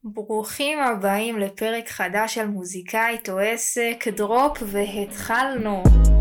ברוכים הבאים לפרק חדש של מוזיקאית או עסק, דרופ והתחלנו.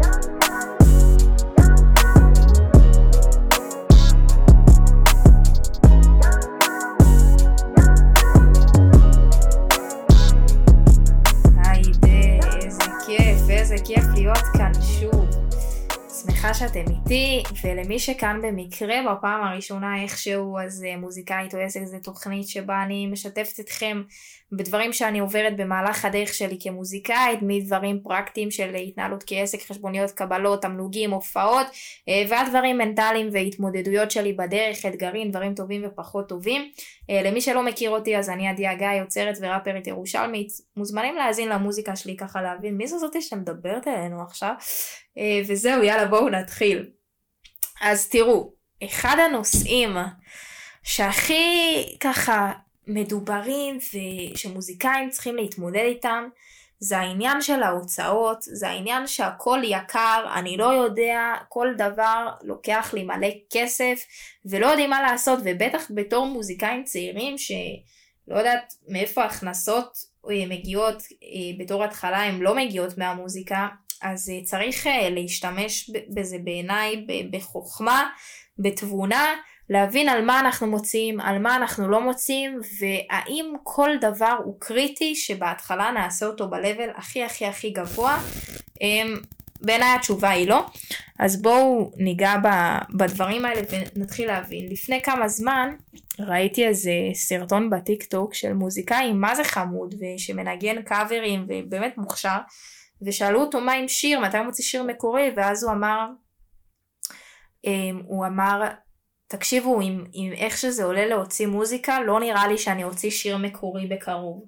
היידה, איזה כיף להיות כאן שוב. שמחה שאתם איתי, ולמי שכאן במקרה בפעם הראשונה איכשהו, אז מוזיקאית או עסק זה תוכנית שבה אני משתפת אתכם בדברים שאני עוברת במהלך הדרך שלי כמוזיקאית, מדברים פרקטיים של התנהלות כעסק, חשבוניות, קבלות, תמלוגים, הופעות, ועד דברים מנטליים והתמודדויות שלי בדרך, אתגרים, דברים טובים ופחות טובים. למי שלא מכיר אותי, אז אני עדי הגיא, יוצרת וראפרית ירושלמית, מוזמנים להאזין למוזיקה שלי ככה להבין מי זאת שמדברת אלינו עכשיו. וזהו, יאללה בואו נתחיל. אז תראו, אחד הנושאים שהכי ככה מדוברים ושמוזיקאים צריכים להתמודד איתם, זה העניין של ההוצאות, זה העניין שהכל יקר, אני לא יודע, כל דבר לוקח לי מלא כסף ולא יודעים מה לעשות, ובטח בתור מוזיקאים צעירים שלא יודעת מאיפה ההכנסות מגיעות, בתור התחלה הן לא מגיעות מהמוזיקה, אז צריך להשתמש בזה בעיניי בחוכמה, בתבונה, להבין על מה אנחנו מוצאים, על מה אנחנו לא מוצאים, והאם כל דבר הוא קריטי שבהתחלה נעשה אותו בלבל הכי גבוה. בעיניי התשובה היא לא. אז בואו ניגע בדברים האלה ונתחיל להבין. לפני כמה זמן ראיתי איזה סרטון בטיק טוק של מוזיקאי מה זה חמוד ושמנגן קאברים ובאמת מוכשר, ושאלו אותו מה עם שיר, מתי הוא מוציא שיר מקורי, ואז הוא אמר, תקשיבו, עם איך שזה עולה להוציא מוזיקה, לא נראה לי שאני אוציא שיר מקורי בקרוב.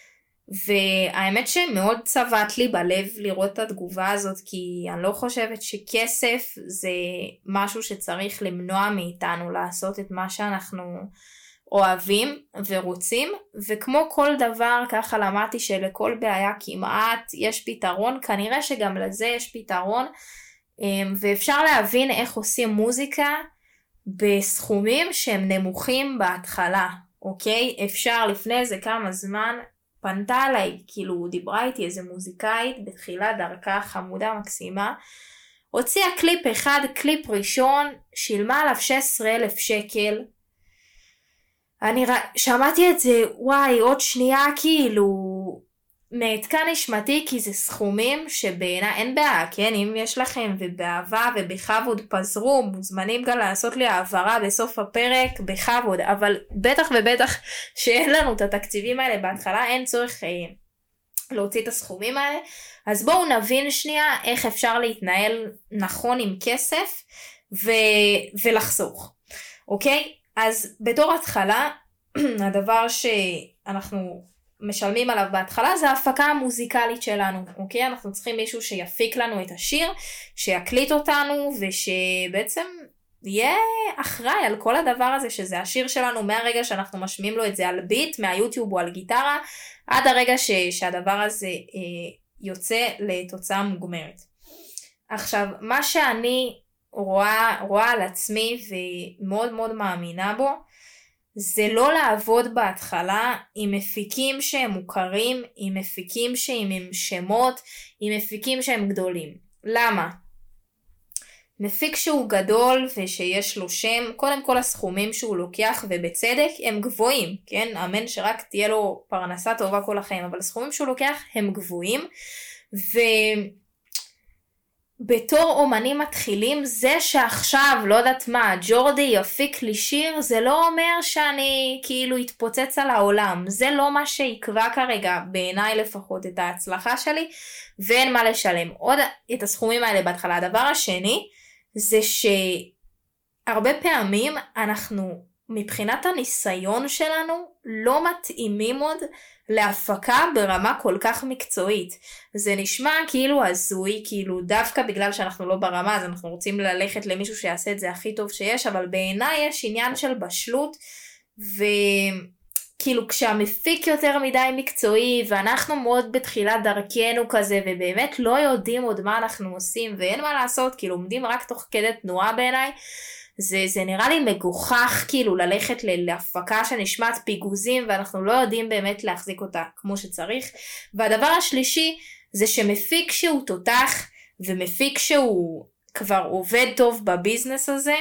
והאמת שמאוד צבט לי בלב לראות את התגובה הזאת, כי אני לא חושבת שכסף זה משהו שצריך למנוע מאיתנו לעשות את מה שאנחנו אוהבים ורוצים, וכמו כל דבר ככה למדתי שלכל בעיה כמעט יש פתרון, כנראה שגם לזה יש פתרון, ואפשר להבין איך עושים מוזיקה בסכומים שהם נמוכים בהתחלה, אוקיי? אפשר. לפני איזה כמה זמן פנתה עליי, כאילו דיברה איתי איזה מוזיקאית בתחילת דרכה, חמודה מקסימה, הוציאה קליפ אחד, קליפ ראשון, שילמה עליו 16,000 שקל, אני שמעתי את זה, וואי, עוד שנייה כאילו נעתקה נשמתי, כי זה סכומים שבעיניי אין בעיה, כן? אם יש לכם ובאהבה ובכבוד פזרו, מוזמנים גם לעשות לי העברה בסוף הפרק בכבוד, אבל בטח ובטח שאין לנו את התקציבים האלה בהתחלה, אין צורך להוציא את הסכומים האלה. אז בואו נבין שנייה איך אפשר להתנהל נכון עם כסף ולחסוך, אוקיי? אז בתור התחלה, הדבר שאנחנו משלמים עליו בהתחלה זה ההפקה המוזיקלית שלנו, אוקיי? אנחנו צריכים מישהו שיפיק לנו את השיר, שיקליט אותנו, ושבעצם יהיה אחראי על כל הדבר הזה, שזה השיר שלנו מהרגע שאנחנו משמיעים לו את זה על ביט, מהיוטיוב או על גיטרה, עד הרגע שהדבר הזה יוצא לתוצאה מוגמרת. עכשיו, מה שאני רואה על עצמי ומאוד מאוד מאמינה בו, זה לא לעבוד בהתחלה עם מפיקים שהם מוכרים, עם מפיקים שהם עם שמות, עם מפיקים שהם גדולים. למה? מפיק שהוא גדול ושיש לו שם, קודם כל הסכומים שהוא לוקח ובצדק הם גבוהים, כן? אמן שרק תהיה לו פרנסה טובה כל החיים, אבל הסכומים שהוא לוקח הם גבוהים, בתור אומנים מתחילים, זה שעכשיו, לא יודעת מה, ג'ורדי יפיק לי שיר, זה לא אומר שאני כאילו התפוצץ על העולם. זה לא מה שיקבע כרגע, בעיניי לפחות, את ההצלחה שלי, ואין מה לשלם. עוד את הסכומים האלה בהתחלה. הדבר השני, זה שהרבה פעמים אנחנו, מבחינת הניסיון שלנו, לא מתאימים עוד להפקה ברמה כל כך מקצועית. זה נשמע כאילו הזוי, כאילו דווקא בגלל שאנחנו לא ברמה, אז אנחנו רוצים ללכת למישהו שיעשה את זה הכי טוב שיש, אבל בעיניי יש עניין של בשלות, וכאילו כשהמפיק יותר מדי מקצועי, ואנחנו מאוד בתחילת דרכנו כזה, ובאמת לא יודעים עוד מה אנחנו עושים, ואין מה לעשות, כאילו עומדים רק תוך כדי תנועה בעיניי, זה נראה לי מגוחך כאילו ללכת להפקה שנשמעת פיגוזים ואנחנו לא יודעים באמת להחזיק אותה כמו שצריך. והדבר השלישי זה שמפיק שהוא תותח ומפיק שהוא כבר עובד טוב בביזנס הזה,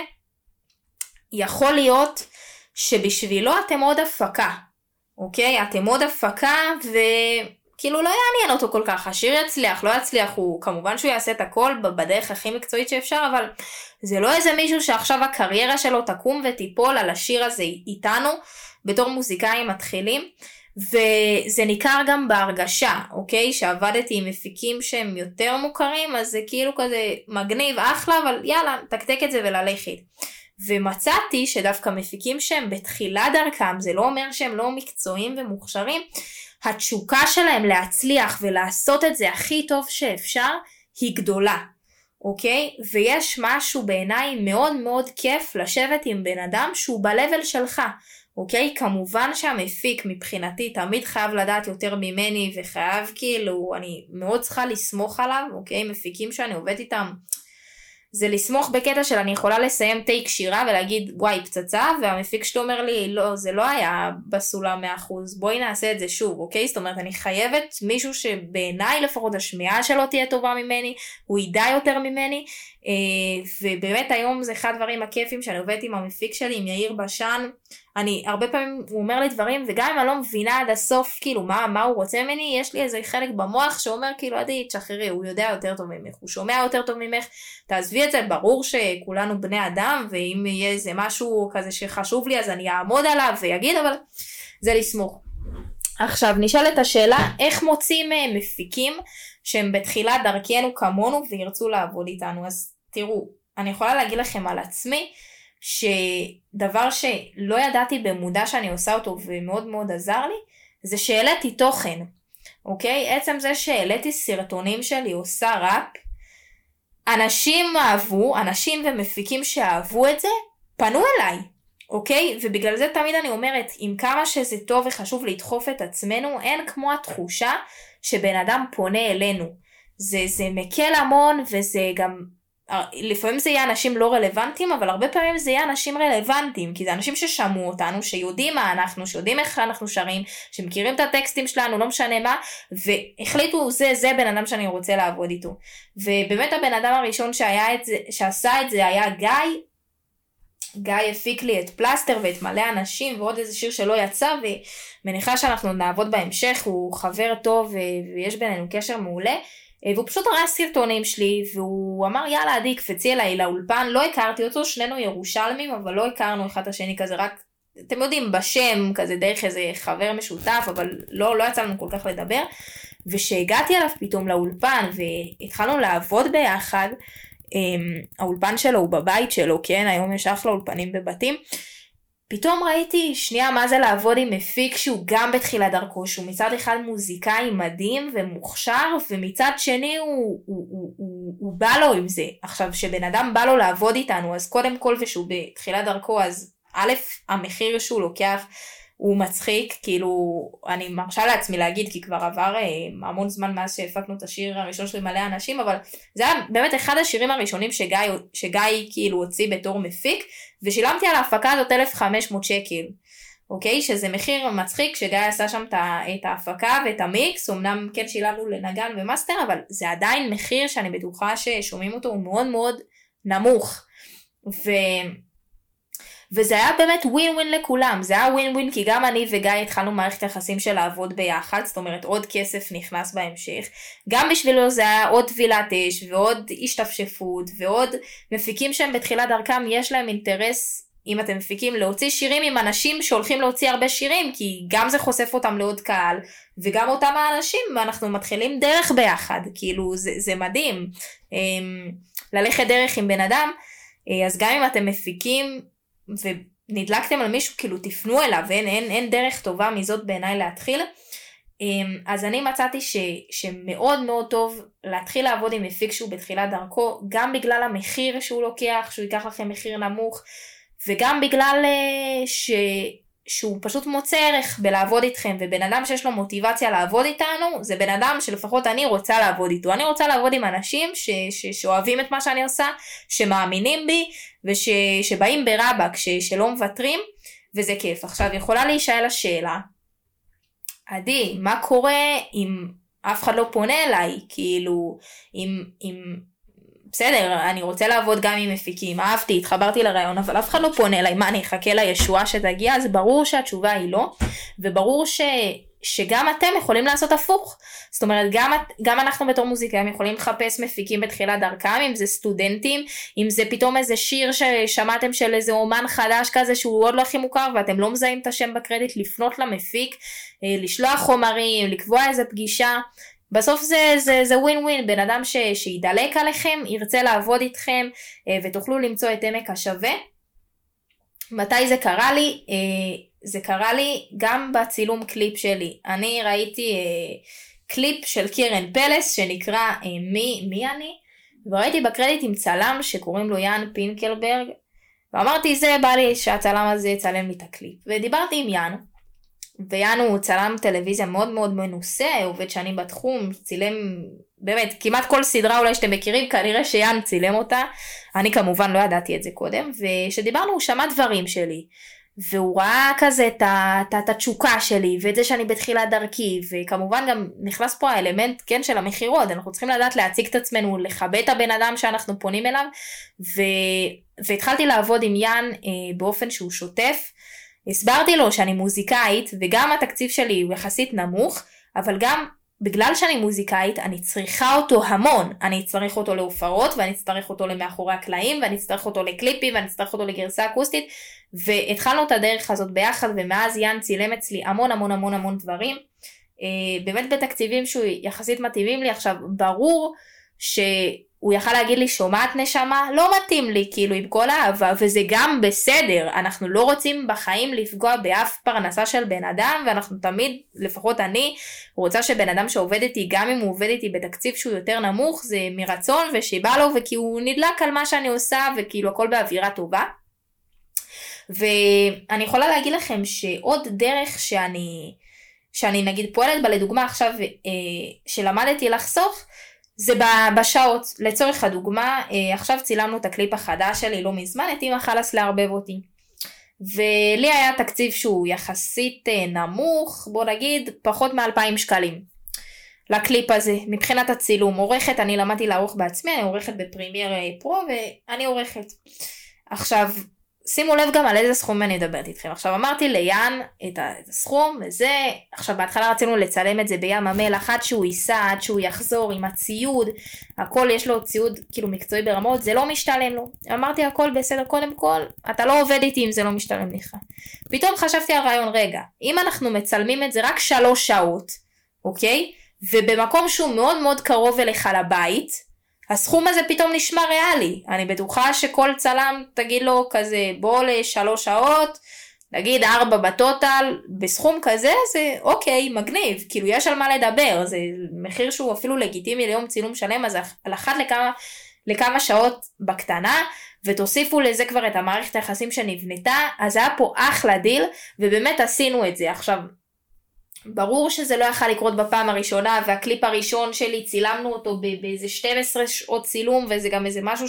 יכול להיות שבשבילו אתם עוד הפקה, אוקיי? אתם עוד הפקה וכאילו לא יעניין אותו כל כך, השיר יצליח, לא יצליח, הוא כמובן שהוא יעשה את הכל בדרך הכי מקצועית שאפשר, אבל זה לא איזה מישהו שעכשיו הקריירה שלו תקום ותיפול על השיר הזה איתנו, בתור מוזיקאים מתחילים, וזה ניכר גם בהרגשה, אוקיי? שעבדתי עם מפיקים שהם יותר מוכרים, אז זה כאילו כזה מגניב, אחלה, אבל יאללה, תקתק את זה וללכת. ומצאתי שדווקא מפיקים שהם בתחילת דרכם, זה לא אומר שהם לא מקצועיים ומוכשרים, התשוקה שלהם להצליח ולעשות את זה הכי טוב שאפשר, היא גדולה, אוקיי? ויש משהו בעיניי מאוד מאוד כיף לשבת עם בן אדם שהוא בלבל שלך, אוקיי? כמובן שהמפיק מבחינתי תמיד חייב לדעת יותר ממני, וחייב כאילו, אני מאוד צריכה לסמוך עליו, אוקיי? מפיקים שאני עובדת איתם, זה לסמוך בקטע של אני יכולה לסיים טייק שירה ולהגיד וואי פצצה, והמפיק שאתה אומר לי לא, זה לא היה בסולם 100%, בואי נעשה את זה שוב, אוקיי? זאת אומרת אני חייבת מישהו שבעיניי לפחות השמיעה שלו תהיה טובה ממני, הוא ידע יותר ממני, ובאמת היום זה אחד הדברים הכיפים שאני עובדת עם המפיק שלי, עם יאיר בשן, אני הרבה פעמים הוא אומר לי דברים וגם אם אני לא מבינה עד הסוף כאילו מה הוא רוצה ממני, יש לי איזה חלק במוח שאומר כאילו עדי תשחררי, הוא יודע יותר טוב ממך, הוא שומע יותר טוב ממך, תעזבי את זה, ברור שכולנו בני אדם ואם יהיה איזה משהו כזה שחשוב לי אז אני אעמוד עליו ויגיד, אבל זה לסמוך. עכשיו נשאלת השאלה איך מוצאים מפיקים שהם בתחילת דרכנו כמונו וירצו לעבוד איתנו. אז תראו, אני יכולה להגיד לכם על עצמי שדבר שלא ידעתי במודע שאני עושה אותו ומאוד מאוד עזר לי, זה שהעליתי תוכן, אוקיי? עצם זה שהעליתי סרטונים שלי עושה ראפ, אנשים אהבו, אנשים ומפיקים שאהבו את זה, פנו אליי, אוקיי? ובגלל זה תמיד אני אומרת, עם כמה שזה טוב וחשוב לדחוף את עצמנו, אין כמו התחושה שבן אדם פונה אלינו. זה מקל המון וזה גם, לפעמים זה יהיה אנשים לא רלוונטיים, אבל הרבה פעמים זה יהיה אנשים רלוונטיים, כי זה אנשים ששמעו אותנו, שיודעים מה אנחנו, שיודעים איך אנחנו שרים, שמכירים את הטקסטים שלנו, לא משנה מה, והחליטו זה בן אדם שאני רוצה לעבוד איתו. ובאמת הבן אדם הראשון שעשה את זה היה גיא הפיק לי את פלסטר ואת מלא אנשים ועוד איזה שיר שלא יצא, ומניחה שאנחנו נעבוד בהמשך, הוא חבר טוב ויש בינינו קשר מעולה, והוא פשוט ראה סרטונים שלי, והוא אמר יאללה עדי קפצי אליי לאולפן, לא הכרתי אותו, שנינו ירושלמים, אבל לא הכרנו אחד השני כזה, רק אתם יודעים בשם, כזה דרך איזה חבר משותף, אבל לא יצא לנו כל כך לדבר, ושהגעתי אליו פתאום לאולפן, והתחלנו לעבוד ביחד, האולפן שלו הוא בבית שלו, כן, היום יש אחלה אולפנים בבתים, פתאום ראיתי שנייה מה זה לעבוד עם מפיק שהוא גם בתחילת דרכו, שהוא מצד אחד מוזיקאי מדהים ומוכשר, ומצד שני הוא בא לו עם זה. עכשיו שבן אדם בא לו לעבוד איתנו, אז קודם כל ושהוא בתחילת דרכו, אז א', המחיר שהוא לוקח הוא מצחיק, כאילו אני מרשה לעצמי להגיד, כי כבר עבר המון זמן מאז שהפקנו את השיר הראשון שלי מלא אנשים, אבל זה היה באמת אחד השירים הראשונים שגיא כאילו הוציא בתור מפיק, ושילמתי על ההפקה הזאת 1,500 שקל, אוקיי? שזה מחיר מצחיק, שגיא עשה שם את ההפקה ואת המיקס, אמנם כן שילמנו לנגן ומאסטר, אבל זה עדיין מחיר שאני בטוחה ששומעים אותו, הוא מאוד מאוד נמוך, וזה היה באמת ווין ווין לכולם, זה היה ווין ווין כי גם אני וגיא התחלנו מערכת יחסים של לעבוד ביחד, זאת אומרת עוד כסף נכנס בהמשך, גם בשבילו זה היה עוד טבילת אש ועוד השתפשפות ועוד מפיקים שהם בתחילת דרכם יש להם אינטרס, אם אתם מפיקים, להוציא שירים עם אנשים שהולכים להוציא הרבה שירים, כי גם זה חושף אותם לעוד קהל, וגם אותם האנשים, ואנחנו מתחילים דרך ביחד, כאילו זה מדהים, ללכת דרך עם בן אדם, אז גם אם אתם מפיקים, ונדלקתם על מישהו, כאילו תפנו אליו, אין דרך טובה מזאת בעיניי להתחיל, אז אני מצאתי שמאוד מאוד טוב להתחיל לעבוד עם מפיק שהוא בתחילת דרכו, גם בגלל המחיר שהוא לוקח, שהוא ייקח לכם מחיר נמוך, וגם בגלל שהוא פשוט מוצא ערך בלעבוד איתכם, ובן אדם שיש לו מוטיבציה לעבוד איתנו, זה בן אדם שלפחות אני רוצה לעבוד איתו. אני רוצה לעבוד עם אנשים שאוהבים את מה שאני עושה, שמאמינים בי, ושבאים ברבק, שלא מוותרים, וזה כיף. עכשיו, יכולה להישאל השאלה, עדי, מה קורה אם אף אחד לא פונה אליי? כאילו, בסדר, אני רוצה לעבוד גם עם מפיקים, אהבתי, התחברתי לרעיון, אבל אף אחד לא פונה אליי, מה, אני אחכה לישועה שתגיע? אז ברור שהתשובה היא לא, וברור שגם אתם יכולים לעשות הפוך. זאת אומרת, גם אנחנו בתור מוזיקאים יכולים לחפש מפיקים בתחילת דרכם, אם זה סטודנטים, אם זה פתאום איזה שיר ששמעתם של איזה אומן חדש כזה, שהוא עוד לא הכי מוכר, ואתם לא מזהים את השם בקרדיט, לפנות למפיק, לשלוח חומרים, לקבוע איזה פגישה, בסוף זה ווין ווין, בן אדם שידלק עליכם, ירצה לעבוד איתכם, ותוכלו למצוא את עמק השווה. מתי זה קרה לי? זה קרה לי גם בצילום קליפ שלי. אני ראיתי קליפ של קירן פלס, שנקרא מי אני? וראיתי בקרדיט עם צלם שקוראים לו יאן פינקלברג, ואמרתי, זה בא לי שהצלם הזה יצלם לי את הקליפ. ודיברתי עם יאן, ויאן הוא צלם טלוויזיה מאוד מאוד מנוסה, עובד שנים בתחום, צילם באמת כמעט כל סדרה אולי שאתם מכירים, כנראה שיאן צילם אותה, אני כמובן לא ידעתי את זה קודם, ושדיברנו הוא שמע דברים שלי, והוא ראה כזה את התשוקה שלי, ואת זה שאני בתחילת דרכי, וכמובן גם נכנס פה האלמנט כן של המחירות, אנחנו צריכים לדעת להציג את עצמנו, לכבד את הבן אדם שאנחנו פונים אליו, והתחלתי לעבוד עם יאן באופן שהוא שוטף, הסברתי לו שאני מוזיקאית, וגם התקציב שלי הוא יחסית נמוך, אבל גם בגלל שאני מוזיקאית, אני צריכה אותו המון. אני צריך אותו להופעות, ואני צריך אותו למאחורי הקלעים, ואני צריך אותו לקליפים, ואני צריך אותו לגרסה אקוסטית, והתחלנו את הדרך הזאת ביחד, ומאז יאן צילם אצלי המון המון המון המון דברים, באמת בתקציבים שהוא יחסית מתאימים לי. עכשיו, ברור שהוא יכל להגיד לי, שומעת נשמה, לא מתאים לי, כאילו עם כל האהבה, וזה גם בסדר. אנחנו לא רוצים בחיים לפגוע באף פרנסה של בן אדם, ואנחנו תמיד, לפחות אני, רוצה שבן אדם שעובד איתי, גם אם הוא עובד איתי בתקציב שהוא יותר נמוך, זה מרצון ושיבא לו, וכי הוא נדלק על מה שאני עושה, וכאילו הכל באווירה טובה. ואני יכולה להגיד לכם שעוד דרך שאני נגיד פועלת בה, לדוגמה עכשיו, שלמדתי לחסוך, זה בשעות. לצורך הדוגמה, עכשיו צילמנו את הקליפ החדש שלי לא מזמן, את אמא חלס לערבב אותי. ולי היה תקציב שהוא יחסית נמוך, בוא נגיד פחות מ2,000 שקלים. לקליפ הזה, מבחינת הצילום. עורכת, אני למדתי לערוך בעצמי, אני עורכת בפרימייר פרו, ואני עורכת. עכשיו, שימו לב גם על איזה סכום אני אדברת איתכם. עכשיו אמרתי ליאן את הסכום, וזה, עכשיו בהתחלה רצינו לצלם את זה בים המלח, עד שהוא ייסע, עד שהוא יחזור עם הציוד, הכל יש לו ציוד כאילו מקצועי ברמות, זה לא משתלם לו. אמרתי הכל בסדר, קודם כל, אתה לא עובד איתי אם זה לא משתלם לך. פתאום חשבתי על רעיון, רגע, אם אנחנו מצלמים את זה רק 3 שעות, אוקיי? ובמקום שהוא מאוד מאוד קרוב אליך לבית, הסכום הזה פתאום נשמע ריאלי. אני בטוחה שכל צלם תגיד לו כזה, בוא ל3 שעות, נגיד 4 בטוטל, בסכום כזה זה אוקיי, מגניב, כאילו יש על מה לדבר, זה מחיר שהוא אפילו לגיטימי ליום צילום שלם, אז על אחת לכמה שעות בקטנה, ותוסיפו לזה כבר את המערכת היחסים שנבנתה, אז היה פה אחלה דיל, ובאמת עשינו את זה. עכשיו, ברור שזה לא יכל לקרות בפעם הראשונה, והקליפ הראשון שלי צילמנו אותו באיזה 12 שעות צילום, וזה גם איזה משהו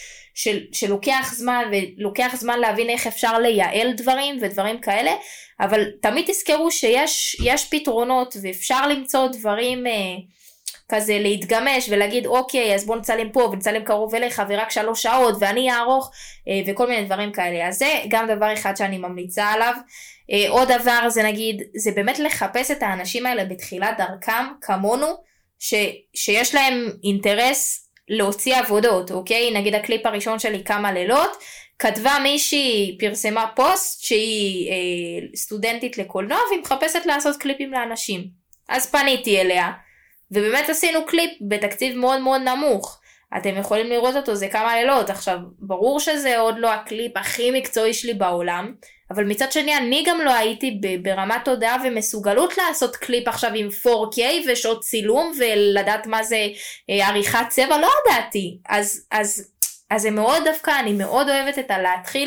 שלוקח זמן, ולוקח זמן להבין איך אפשר לייעל דברים ודברים כאלה, אבל תמיד תזכרו שיש פתרונות, ואפשר למצוא דברים כזה להתגמש, ולהגיד אוקיי, אז בוא נצלם פה, ונצלם קרוב אליך, ורק 3 שעות, ואני אערוך, וכל מיני דברים כאלה. אז זה גם דבר אחד שאני ממליצה עליו. עוד דבר זה נגיד, זה באמת לחפש את האנשים האלה בתחילת דרכם, כמונו, שיש להם אינטרס להוציא עבודות, אוקיי? נגיד הקליפ הראשון שלי כמה לילות, כתבה מישהי, פרסמה פוסט שהיא סטודנטית לקולנוע, והיא מחפשת לעשות קליפים לאנשים. אז פניתי אליה, ובאמת עשינו קליפ בתקציב מאוד מאוד נמוך. אתם יכולים לראות אותו, זה כמה לילות. עכשיו, ברור שזה עוד לא הקליפ הכי מקצועי שלי בעולם, אבל מצד שני, אני גם לא הייתי ברמת תודעה ומסוגלות לעשות קליפ עכשיו עם 4K ושעות צילום, ולדעת מה זה עריכת צבע, לא ידעתי. אז זה מאוד דווקא, אני מאוד אוהבת את להתחיל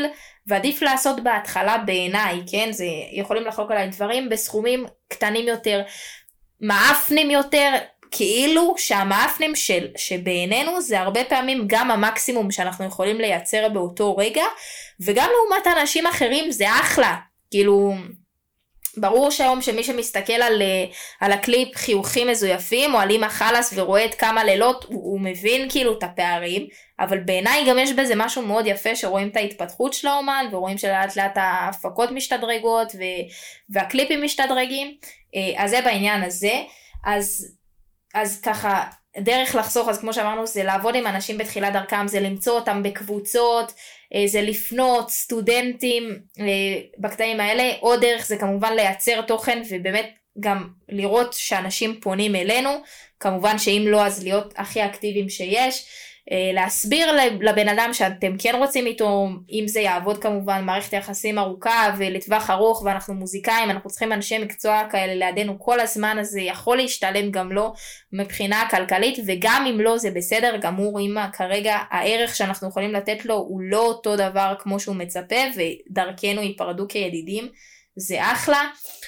ועדיף לעשות בהתחלה בעיניי, כן, זה יכולים לחלוק עליי דברים בסכומים קטנים יותר, מאפנים יותר, כאילו שהמאפנים שבעינינו זה הרבה פעמים גם המקסימום שאנחנו יכולים לייצר באותו רגע, וגם לעומת אנשים אחרים זה אחלה, כאילו ברור שהיום שמי שמסתכל על הקליפ חיוכים מזויפים, או על אמא חלס ורואה את כמה לילות, הוא מבין כאילו את הפערים, אבל בעיניי גם יש בזה משהו מאוד יפה, שרואים את ההתפתחות של האומן, ורואים שלאט לאט ההפקות משתדרגות, והקליפים משתדרגים, אז זה בעניין הזה. אז ככה, דרך לחסוך, אז כמו שאמרנו, זה לעבוד עם אנשים בתחילת דרכם, זה למצוא אותם בקבוצות, זה לפנות סטודנטים בקטעים האלה, עוד דרך זה כמובן לייצר תוכן, ובאמת גם לראות שאנשים פונים אלינו, כמובן שאם לא אז להיות הכי אקטיביים שיש, להסביר לבן אדם שאתם כן רוצים איתו, אם זה יעבוד כמובן מערכת יחסים ארוכה ולטווח ארוך, ואנחנו מוזיקאים, אנחנו צריכים אנשי מקצוע כאלה לידינו כל הזמן, אז זה יכול להשתלם גם לא מבחינה כלכלית, וגם אם לא זה בסדר גמור, אם כרגע הערך שאנחנו יכולים לתת לו הוא לא אותו דבר כמו שהוא מצפה, ודרכנו ייפרדו כידידים, זה אחלה.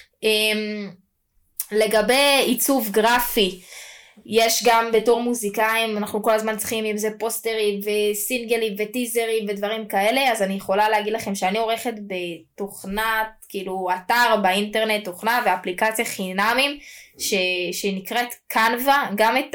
לגבי עיצוב גרפי, יש גם בתור מוזיקאים, אנחנו כל הזמן צריכים אם זה פוסטרים וסינגלים וטיזרים ודברים כאלה, אז אני יכולה להגיד לכם שאני עורכת בתוכנת, כאילו אתר באינטרנט, תוכנה ואפליקציה חינמים, שנקראת קנווה,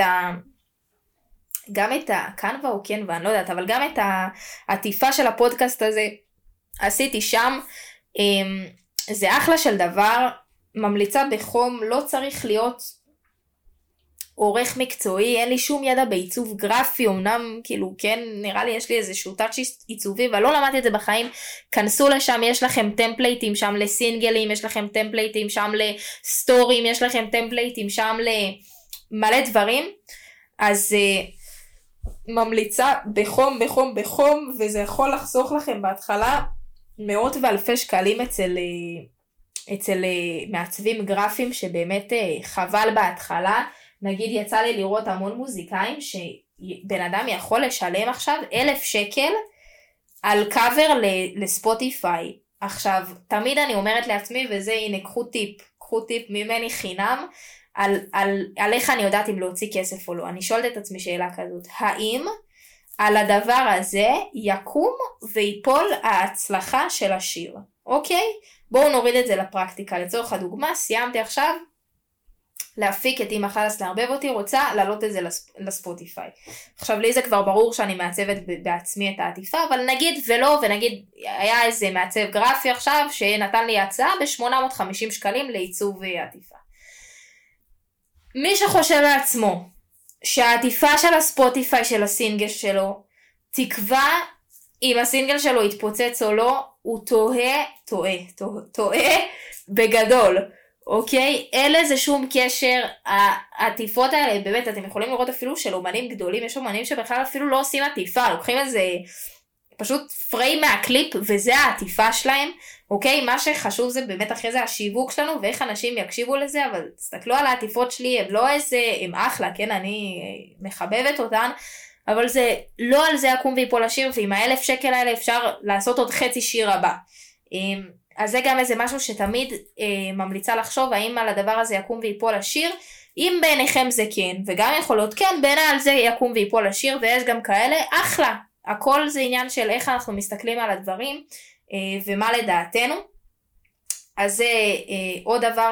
גם את הקנווה או קנווה, אני לא יודעת, אבל גם את העטיפה של הפודקאסט הזה עשיתי שם, זה אחלה של דבר, ממליצה בחום, לא צריך להיות עורך מקצועי, אין לי שום ידע בעיצוב גרפי, אמנם כאילו כן נראה לי יש לי איזשהו טאצ' עיצובי, אבל לא למדתי את זה בחיים, כנסו לשם, יש לכם טמפלייטים שם לסינגלים, יש לכם טמפלייטים שם לסטורים, יש לכם טמפלייטים שם למלא דברים, אז ממליצה בחום בחום בחום, וזה יכול לחסוך לכם בהתחלה מאות ואלפי שקלים אצל מעצבים גרפיים שבאמת חבל בהתחלה. נגיד יצא לי לראות המון מוזיקאים שבן אדם יכול לשלם עכשיו 1,000 שקל על קאבר לספוטיפיי. עכשיו תמיד אני אומרת לעצמי, וזה הנה קחו טיפ ממני חינם, על איך אני יודעת אם להוציא כסף או לא. אני שואלת את עצמי שאלה כזאת, האם על הדבר הזה יקום ויפול ההצלחה של השיר? אוקיי? בואו נוריד את זה לפרקטיקה. לצורך הדוגמה, סיימתי עכשיו להפיק את אמא חלס לערבב אותי, רוצה להעלות את זה לספוטיפיי. עכשיו לי זה כבר ברור שאני מעצבת בעצמי את העטיפה, אבל נגיד ולא, ונגיד היה איזה מעצב גרפי עכשיו שנתן לי הצעה ב-850 שקלים לעיצוב עטיפה. מי שחושב לעצמו שהעטיפה של הספוטיפיי של הסינגל שלו תקבע אם הסינגל שלו יתפוצץ או לא, הוא טועה בגדול. אוקיי? אין לזה שום קשר, העטיפות האלה, באמת, אתם יכולים לראות אפילו של אומנים גדולים, יש אומנים שבכלל אפילו לא עושים עטיפה, לוקחים איזה פשוט פריים מהקליפ, וזה העטיפה שלהם, אוקיי? מה שחשוב זה באמת אחרי זה השיווק שלנו, ואיך אנשים יקשיבו לזה, אבל תסתכלו על העטיפות שלי, הם לא איזה, הם אחלה, כן? אני מחבבת אותן, אבל זה, לא על זה יקום ויפול השיר, ועם 1,000 שקל האלה אפשר לעשות עוד חצי שיר הבא. אז זה גם איזה משהו שתמיד ממליצה לחשוב, האם על הדבר הזה יקום ויפול השיר, אם בעיניכם זה כן, וגם יכול להיות כן, בעיני על זה יקום ויפול השיר, ויש גם כאלה, אחלה, הכל זה עניין של איך אנחנו מסתכלים על הדברים, ומה לדעתנו. אז זה עוד דבר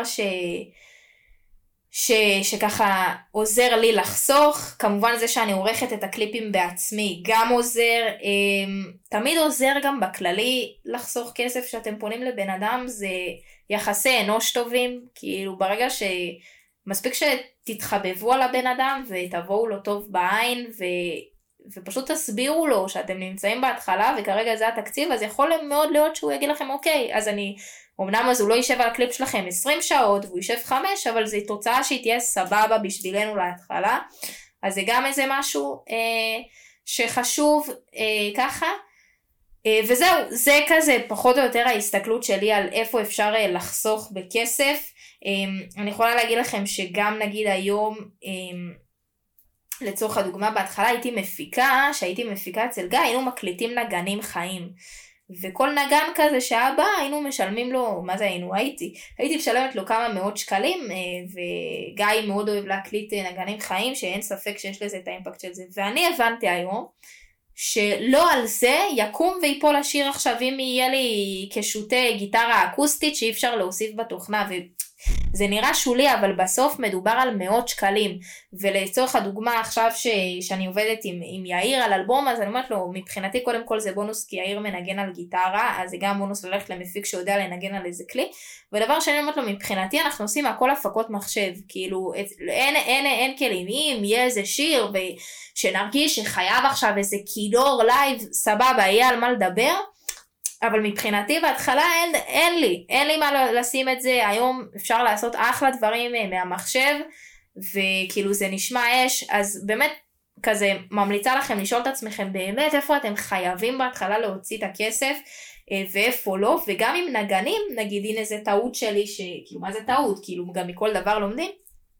שככה עוזר לי לחסוך, כמובן זה שאני עורכת את הקליפים בעצמי גם עוזר, תמיד עוזר גם בכללי לחסוך כסף שאתם פונים לבן אדם, זה יחסי אנוש טובים, כאילו ברגע שמספיק שתתחבבו על הבן אדם ותבואו לו טוב בעין ופשוט תסבירו לו שאתם נמצאים בהתחלה וכרגע זה התקציב, אז יכול מאוד להיות שהוא יגיד לכם אוקיי, אז אמנם אז הוא לא יישב על הקליפ שלכם 20 שעות, והוא יישב 5, אבל זו תוצאה שהיא תהיה סבבה בשבילנו להתחלה. אז זה גם איזה משהו שחשוב ככה. וזהו, זה כזה פחות או יותר ההסתכלות שלי על איפה אפשר לחסוך בכסף. אני יכולה להגיד לכם שגם נגיד היום, לצורך הדוגמה בהתחלה הייתי מפיקה, שהייתי מפיקה אצל גיא, היינו מקליטים נגנים חיים. וכל נגן כזה שהבא היינו משלמים לו, מה זה הייתי משלמת לו כמה מאות שקלים, וגיא מאוד אוהב להקליט נגנים חיים, שאין ספק שיש לזה את האימפקט של זה, ואני הבנתי היום, שלא על זה יקום ויפול השיר עכשיו, אם יהיה לי כשוטי גיטרה אקוסטית שאי אפשר להוסיף בתוכנה, וזה נראה שולי, אבל בסוף מדובר על מאות שקלים, ולצורך הדוגמה עכשיו שאני עובדת עם יאיר על אלבום, אז אני אומרת לו, מבחינתי קודם כל זה בונוס, כי יאיר מנגן על גיטרה, אז זה גם בונוס ללכת למפיק שיודע לנגן על איזה כלי, ודבר שאני אומרת לו, מבחינתי אנחנו עושים הכל הפקות מחשב, כאילו אין כלים, אם יהיה איזה שיר, שנרגיש שחייב עכשיו איזה כידור לייב, סבבה, יהיה על מה לדבר, אבל מבחינתי בהתחלה אין לי מה לשים את זה, היום אפשר לעשות אחלה דברים מהמחשב, וכאילו זה נשמע אש, אז באמת כזה ממליצה לכם לשאול את עצמכם באמת איפה אתם חייבים בהתחלה להוציא את הכסף, ואיפה לא, וגם עם נגנים, נגיד הנה זה טעות שלי, כאילו מה זה טעות, כאילו גם מכל דבר לומדים,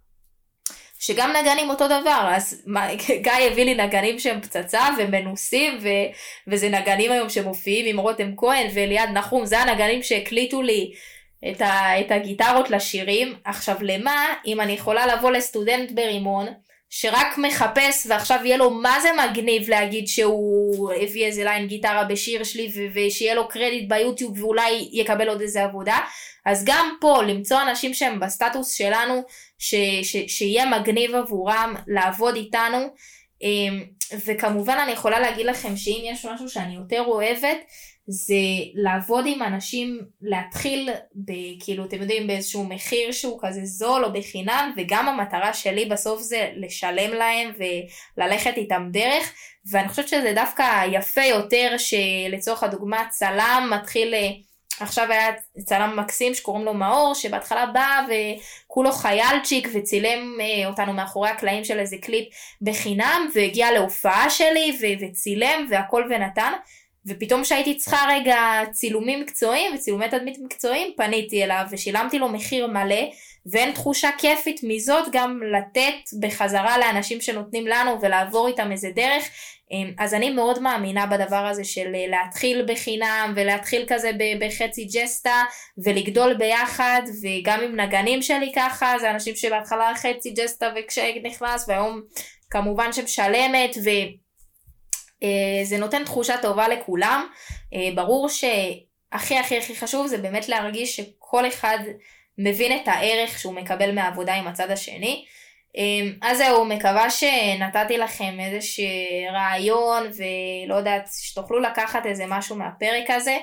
שגם נגנים אותו דבר, אז גיא הביא לי נגנים שהם פצצה ומנוסים, וזה נגנים היום שמופיעים עם רותם כהן ואליעד נחום, זה הנגנים שהקליטו לי את הגיטרות לשירים. עכשיו למה, אם אני יכולה לבוא לסטודנט ברימון, שרק מחפש ועכשיו יהיה לו מה זה מגניב להגיד שהוא הביא איזה ליין גיטרה בשיר שלי, ושיהיה לו קרדיט ביוטיוב ואולי יקבל עוד איזה עבודה, אז גם פה למצוא אנשים שהם בסטטוס שלנו, שיהיה מגניב עבורם לעבוד איתנו, וכמובן אני יכולה להגיד לכם שאם יש משהו שאני יותר אוהבת, זה לעבוד עם אנשים, להתחיל כאילו אתם יודעים באיזשהו מחיר שהוא כזה זול או בחינם, וגם המטרה שלי בסוף זה לשלם להם וללכת איתם דרך, ואני חושבת שזה דווקא יפה יותר שלצורך הדוגמה צלם מתחיל, עכשיו היה צלם מקסים שקוראים לו מאור, שבהתחלה בא וכולו חיילצ'יק וצילם אותנו מאחורי הקלעים של איזה קליפ בחינם, והגיע להופעה שלי וצילם והכל ונתן, ופתאום שהייתי צריכה רגע צילומים מקצועיים וצילומי תדמית מקצועיים, פניתי אליו ושילמתי לו מחיר מלא, ואין תחושה כיפית מזאת גם לתת בחזרה לאנשים שנותנים לנו ולעבור איתם איזה דרך. אז אני מאוד מאמינה בדבר הזה של להתחיל בחינם ולהתחיל כזה בחצי ג'סטה ולגדול ביחד, וגם עם נגנים שלי ככה, זה אנשים שבהתחלה חצי ג'סטה וכשאג נכנס, והיום כמובן שמשלמת, וזה נותן תחושה טובה לכולם. ברור שהכי הכי הכי חשוב זה באמת להרגיש שכל אחד מבין את הערך שהוא מקבל מהעבודה עם הצד השני. אז זהו, מקווה שנתתי לכם איזשהו רעיון, ולא יודעת, שתוכלו לקחת איזה משהו מהפרק הזה.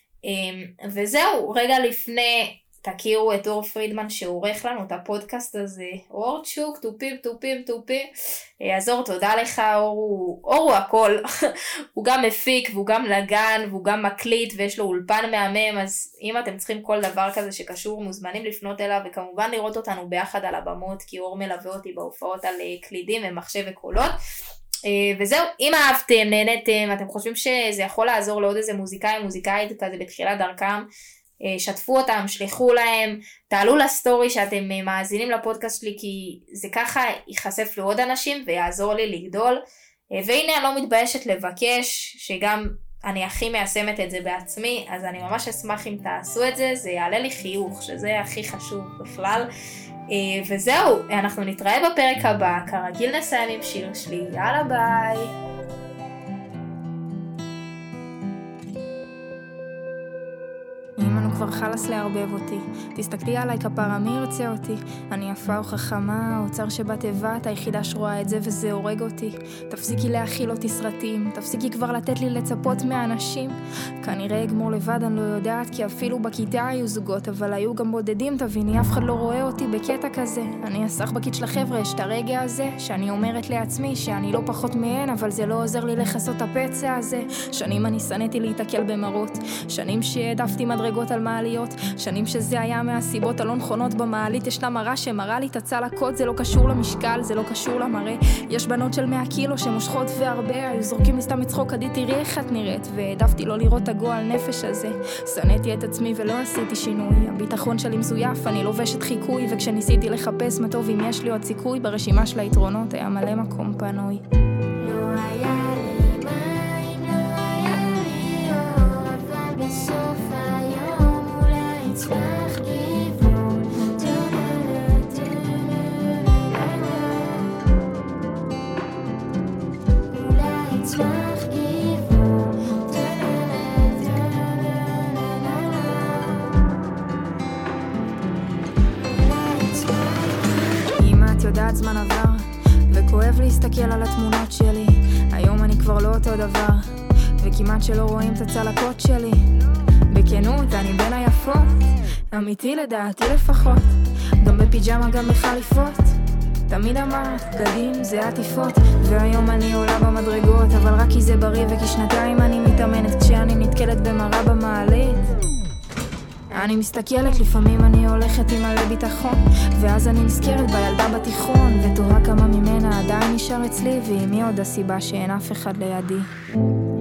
וזהו, רגע לפני, תכירו את אור פרידמן שעורך לנו את הפודקאסט הזה, אור צ'וק, טופים. אז אור, תודה לך, אור הוא הכל, הוא גם מפיק והוא גם נגן והוא גם מקליט ויש לו אולפן מהמם, אז אם אתם צריכים כל דבר כזה שקשור, מוזמנים לפנות אליו, וכמובן לראות אותנו ביחד על הבמות, כי אור מלווה אותי בהופעות על קלידים ומחשב וקולות. וזהו, אם אהבתם, נהנתם, אתם חושבים שזה יכול לעזור לעוד איזה מוזיקאית כזה בתחילת דרכם, שתפו אותם, שלחו להם, תעלו לסטורי שאתם מאזינים לפודקאסט שלי, כי זה ככה ייחשף לעוד אנשים ויעזור לי לגדול. והנה אני לא מתביישת לבקש, שגם אני הכי מיישמת את זה בעצמי, אז אני ממש אשמח אם תעשו את זה, זה יעלה לי חיוך, שזה הכי חשוב בכלל. וזהו, אנחנו נתראה בפרק הבא, כרגיל נסיים עם שיר שלי, יאללה ביי. כבר חלס להרבב אותי, תסתכלי עליי כפרה, מי ירצה אותי? אני יפה או חכמה, האוצר שבטבע, את היחידה שרואה את זה וזה הורג אותי. תפסיקי להכיל אותי סרטים, תפסיקי כבר לתת לי לצפות מהאנשים. כנראה אגמור לבד, אני לא יודעת, כי אפילו בכיתה היו זוגות, אבל היו גם בודדים, תביני, אף אחד לא רואה אותי בקטע כזה. אני הסחבקית של החבר'ה, יש את הרגע הזה, שאני אומרת לעצמי שאני לא פחות מהן, אבל זה לא עוזר לי לחסות הפצע הזה. שנים אני שנאתי להתקל במרות, שנים שהעדפתי מדרגות על מעליות, שנים שזה היה מהסיבות הלא נכונות במעלית. ישנה מראה שמראה לי את הצלקות, זה לא קשור למשקל, זה לא קשור למראה. יש בנות של 100 קילו שמושכות והרבה, היו זורקים לי סתם מצחוק, עדי תראי איך את נראית, והעדפתי לא לראות את הגועל נפש הזה. שנאתי את עצמי ולא עשיתי שינוי, הביטחון שלי מזויף, אני לובשת חיקוי, וכשניסיתי לחפש מה טוב אם יש לי עוד סיכוי, ברשימה של היתרונות היה מלא מקום פנוי. לא היה לי מים, לא היה לי אור, יודעת זמן עבר, וכואב להסתכל על התמונות שלי. היום אני כבר לא אותו דבר, וכמעט שלא רואים את הצלקות שלי. בכנות אני בין היפות, אמיתי לדעתי לפחות, גם בפיג'מה גם בחליפות. תמיד אמרת, בגדים זה עטיפות, והיום אני עולה במדרגות, אבל רק כי זה בריא וכי שנתיים אני מתאמנת כשאני נתקלת במראה במעלית. אני מסתכלת, לפעמים אני הולכת עם מלא ביטחון, ואז אני נזכרת בילדה בתיכון, ותוהה כמה ממנה עדיין נשאר אצלי, ואם היא עוד הסיבה שאין אף אחד לידי.